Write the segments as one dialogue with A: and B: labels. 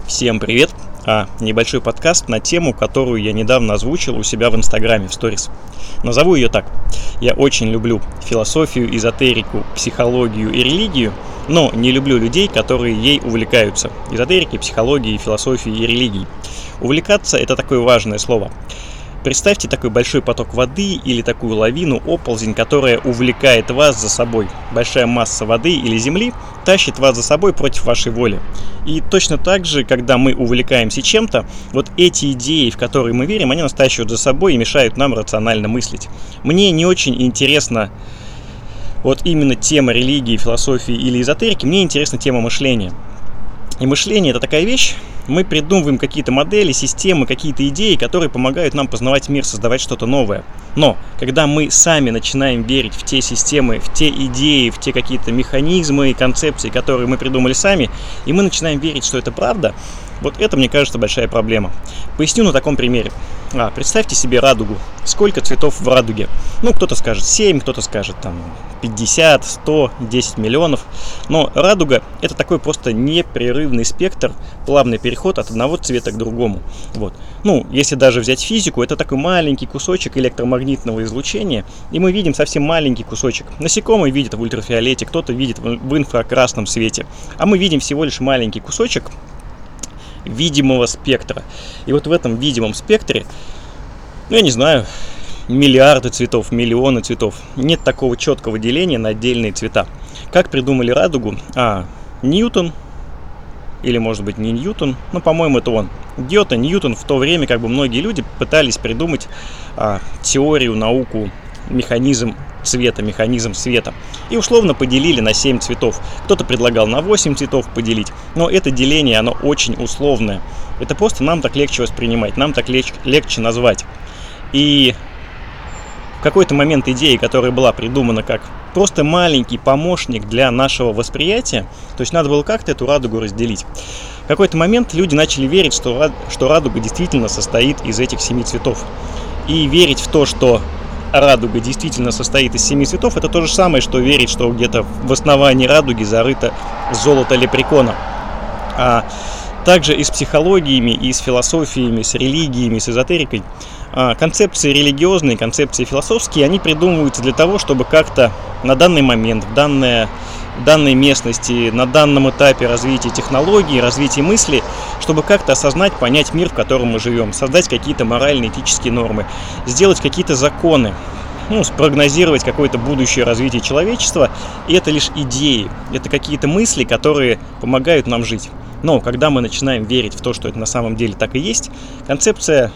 A: Всем привет! Небольшой подкаст на тему, которую я недавно озвучил у себя в Инстаграме, в сторис. Назову ее так. Я очень люблю философию, эзотерику, психологию и религию, но не люблю людей, которые ей увлекаются. Эзотерикой, психологией, философией и религией. Увлекаться – это такое важное слово. Представьте такой большой поток воды или такую лавину, оползень, которая увлекает вас за собой. Большая масса воды или земли тащит вас за собой против вашей воли. И точно так же, когда мы увлекаемся чем-то, вот эти идеи, в которые мы верим, они нас тащат за собой и мешают нам рационально мыслить. Мне не очень интересна вот именно тема религии, философии или эзотерики, мне интересна тема мышления. И мышление – это такая вещь, мы придумываем какие-то модели, системы, какие-то идеи, которые помогают нам познавать мир, создавать что-то новое. Но когда мы сами начинаем верить в те системы, в те идеи, в те какие-то механизмы и концепции, которые мы придумали сами, и мы начинаем верить, что это правда, вот это, мне кажется, большая проблема. Поясню на таком примере. Представьте себе радугу. Сколько цветов в радуге? Кто-то скажет 7, кто-то скажет 50, 100, 10 миллионов. Но радуга – это такой просто непрерывный спектр, плавный переход от одного цвета к другому. Если даже взять физику, это такой маленький кусочек электромагнитного излучения, и мы видим совсем маленький кусочек. Насекомые видят в ультрафиолете, кто-то видит в инфракрасном свете, а мы видим всего лишь маленький кусочек видимого спектра. И вот в этом видимом спектре, миллиарды цветов, миллионы цветов. Нет такого четкого деления на отдельные цвета. Как придумали радугу? Ньютон, или может быть не Ньютон, по-моему это он. Гёте, Ньютон, в то время многие люди пытались придумать теорию, науку, механизм цвета, механизм света. И условно поделили на 7 цветов. Кто-то предлагал на 8 цветов поделить, но это деление, оно очень условное. Это просто нам так легче воспринимать, нам так легче назвать. И в какой-то момент идея, которая была придумана как просто маленький помощник для нашего восприятия, то есть надо было как-то эту радугу разделить. В какой-то момент люди начали верить, что радуга действительно состоит из этих 7 цветов. И верить в то, что радуга действительно состоит из 7 цветов, это то же самое, что верить, что где-то в основании радуги зарыто золото лепрекона. Также и с психологиями, и с философиями, с религиями, с эзотерикой. Концепции религиозные, концепции философские, они придумываются для того, чтобы как-то на данный момент, в данной местности, на данном этапе развития технологий, развития мысли, чтобы как-то осознать, понять мир, в котором мы живем, создать какие-то моральные, этические нормы, сделать какие-то законы, спрогнозировать какое-то будущее развитие человечества. И это лишь идеи, это какие-то мысли, которые помогают нам жить. Но когда мы начинаем верить в то, что это на самом деле так и есть, концепция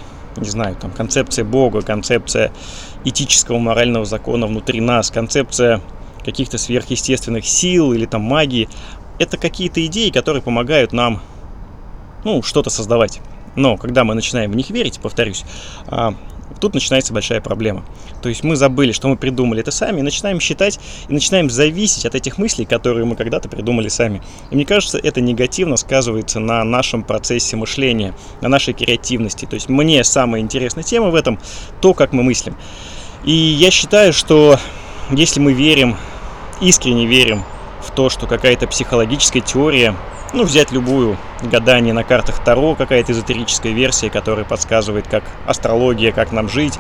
A: Бога, концепция этического морального закона внутри нас, концепция каких-то сверхъестественных сил или магии, это какие-то идеи, которые помогают нам что-то создавать. Но когда мы начинаем в них верить, повторюсь, тут начинается большая проблема. То есть мы забыли, что мы придумали это сами, и начинаем считать, и начинаем зависеть от этих мыслей, которые мы когда-то придумали сами. И мне кажется, это негативно сказывается на нашем процессе мышления, на нашей креативности. То есть мне самая интересная тема в этом – то, как мы мыслим. И я считаю, что если мы искренне верим в то, что какая-то психологическая теория, взять любую, гадание на картах Таро, какая-то эзотерическая версия, которая подсказывает, как астрология, как нам жить,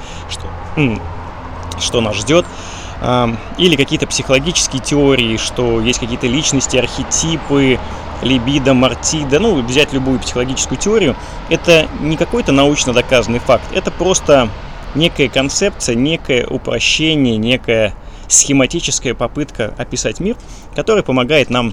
A: что нас ждет, или какие-то психологические теории, что есть какие-то личности, архетипы, либидо, мартида, взять любую психологическую теорию, это не какой-то научно доказанный факт, это просто некая концепция, некое упрощение, некая схематическая попытка описать мир, которая помогает нам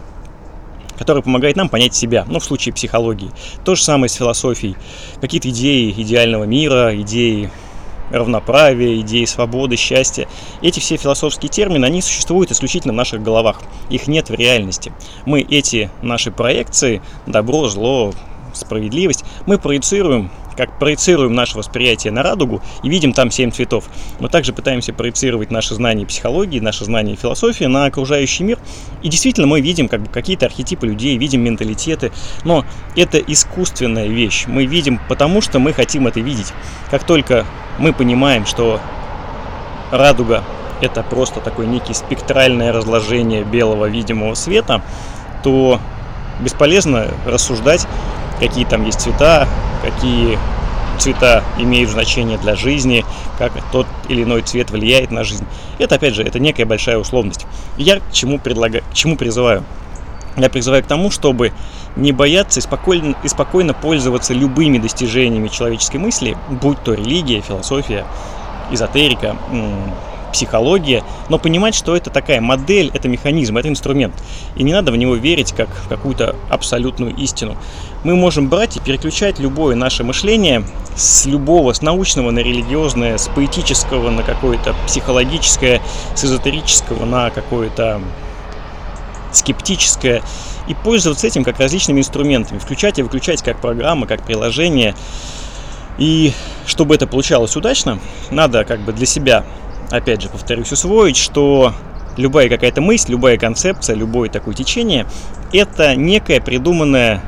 A: понять себя, в случае психологии. То же самое с философией. Какие-то идеи идеального мира, идеи равноправия, идеи свободы, счастья. Эти все философские термины, они существуют исключительно в наших головах. Их нет в реальности. Мы эти наши проекции, добро, зло, справедливость, мы проецируем наше восприятие на радугу и видим там 7 цветов. Мы также пытаемся проецировать наши знания психологии, наши знания философии на окружающий мир. И действительно мы видим какие-то архетипы людей, видим менталитеты. Но это искусственная вещь. Мы видим, потому что мы хотим это видеть. Как только мы понимаем, что радуга – это просто такое некое спектральное разложение белого видимого света, то бесполезно рассуждать какие там есть цвета, какие цвета имеют значение для жизни, как тот или иной цвет влияет на жизнь. Это, опять же, это некая большая условность. Я к чему призываю? Я призываю к тому, чтобы не бояться и спокойно пользоваться любыми достижениями человеческой мысли, будь то религия, философия, эзотерика, психология, но понимать, что это такая модель, это механизм, это инструмент. И не надо в него верить как в какую-то абсолютную истину. Мы можем брать и переключать любое наше мышление с научного на религиозное, с поэтического на какое-то психологическое, с эзотерического на какое-то скептическое, и пользоваться этим как различными инструментами, включать и выключать как программы, как приложения. И чтобы это получалось удачно, надо для себя, опять же, повторюсь, усвоить, что любая какая-то мысль, любая концепция, любое такое течение – это некая придуманная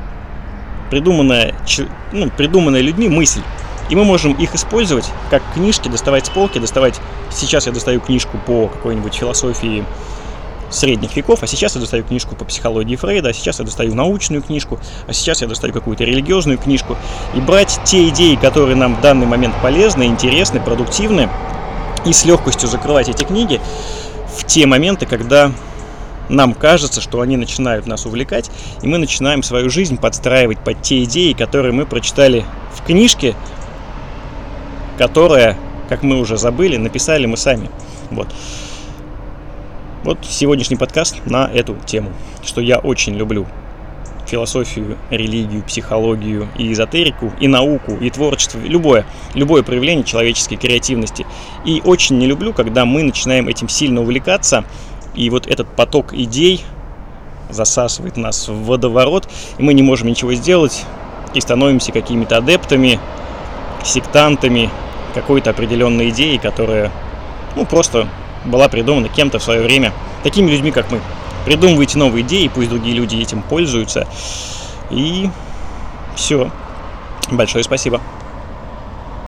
A: людьми мысль. И мы можем их использовать как книжки, доставать с полки, Сейчас я достаю книжку по какой-нибудь философии средних веков, а сейчас я достаю книжку по психологии Фрейда, а сейчас я достаю научную книжку, а сейчас я достаю какую-то религиозную книжку. И брать те идеи, которые нам в данный момент полезны, интересны, продуктивны, и с легкостью закрывать эти книги в те моменты, когда нам кажется, что они начинают нас увлекать, и мы начинаем свою жизнь подстраивать под те идеи, которые мы прочитали в книжке, которая, как мы уже забыли, написали мы сами. Вот сегодняшний подкаст на эту тему, что я очень люблю философию, религию, психологию и эзотерику, и науку, и творчество, любое проявление человеческой креативности. И очень не люблю, когда мы начинаем этим сильно увлекаться, и вот этот поток идей засасывает нас в водоворот, и мы не можем ничего сделать, и становимся какими-то адептами, сектантами какой-то определенной идеи, которая, просто была придумана кем-то в свое время, такими людьми, как мы. Придумывайте новые идеи, пусть другие люди этим пользуются. И все. Большое спасибо.